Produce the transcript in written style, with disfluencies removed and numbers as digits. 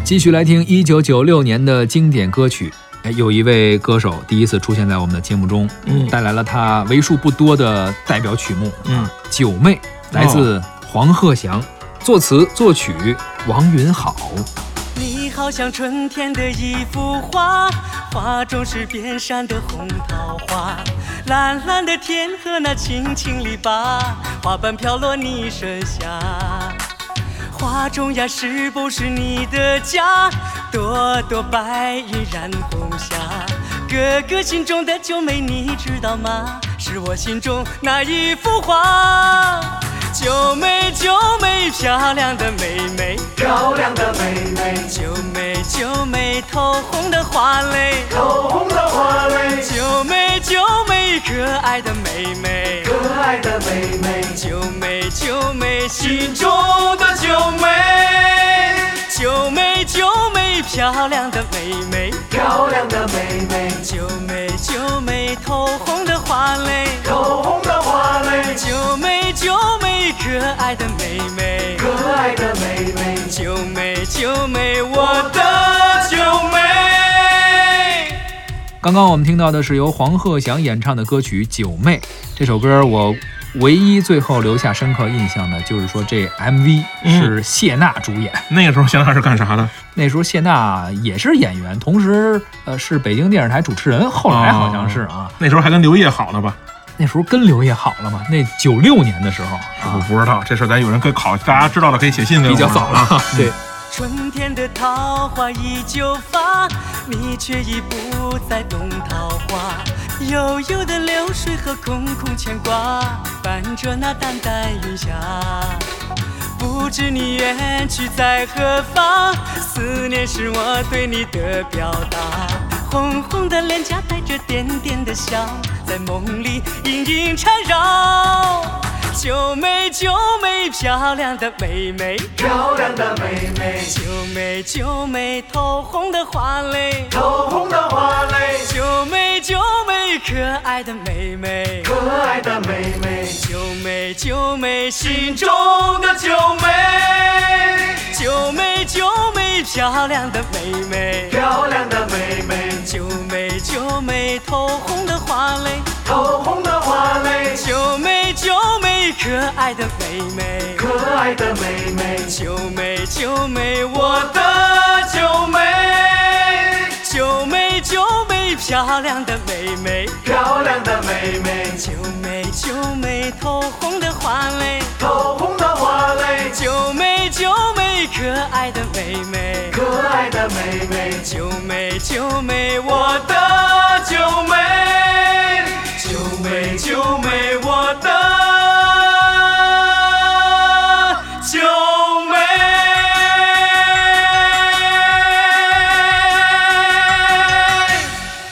继续来听1996年的经典歌曲。有一位歌手第一次出现在我们的节目中，带来了他为数不多的代表曲目，九妹，来自黄鹤翔，作词作曲王云好。 你好像春天的一幅画，画中是遍山的红桃花，蓝蓝的天和那青青篱笆，花瓣飘落你身下。画中呀，是不是你的家？朵朵白云染红霞。哥哥心中的九妹，你知道吗？是我心中那一幅画。九妹，九妹，漂亮的妹妹， 漂亮的妹妹。 九妹，九妹，透红的花蕾， 透红的花蕾。 九妹，九妹，可爱的妹妹， 可爱的妹妹。 九妹，九妹，心中的九妹。九妹，九妹，漂亮的妹妹， 漂亮的妹妹。 九妹，九妹，透红的花蕾， 透红的花蕾。 九妹，九妹，可爱的妹妹， 可爱的妹妹。 九妹，九妹，我的九妹。 刚刚我们听到的是由黄鹤翔演唱的歌曲《九妹》。这首歌我唯一最后留下深刻印象的就是说这 MV 是谢娜主演。 那个时候谢娜是干啥的？ 那时候谢娜也是演员，同时是北京电视台主持人，后来好像是啊。 那时候还跟刘烨好呢吧？ 那时候跟刘烨好了吗？那96年的时候， 我不知道这事，咱有人可以考，大家知道的可以写信给我。 比较早了，对。 春天的桃花依旧发，你却已不再懂桃花。悠悠的流水和空空牵挂，伴着那淡淡云霞。不知你远去在何方，思念是我对你的表达。红红的脸颊带着点点的笑，在梦里隐隐缠绕。九妹，九妹，漂亮的妹妹， 漂亮的妹妹。 九妹，九妹，透红的花蕾， 透红的花蕾。 九妹，九妹，可爱的妹妹， 可爱的妹妹。 九妹，九妹，心中的九妹。九妹，九妹，漂亮的妹妹， 漂亮的妹妹。 九妹，九妹，透红的花蕾， 透红的花蕾。 九妹，九妹，可爱的妹妹， 可爱的妹妹。 九妹，九妹，我的九妹。九妹，九妹，漂亮的妹妹， 漂亮的妹妹。 九妹，九妹，透红的花蕾， 透红的花蕾。 九妹，九妹，可爱的妹妹， 可爱的妹妹。 九妹，九妹，我的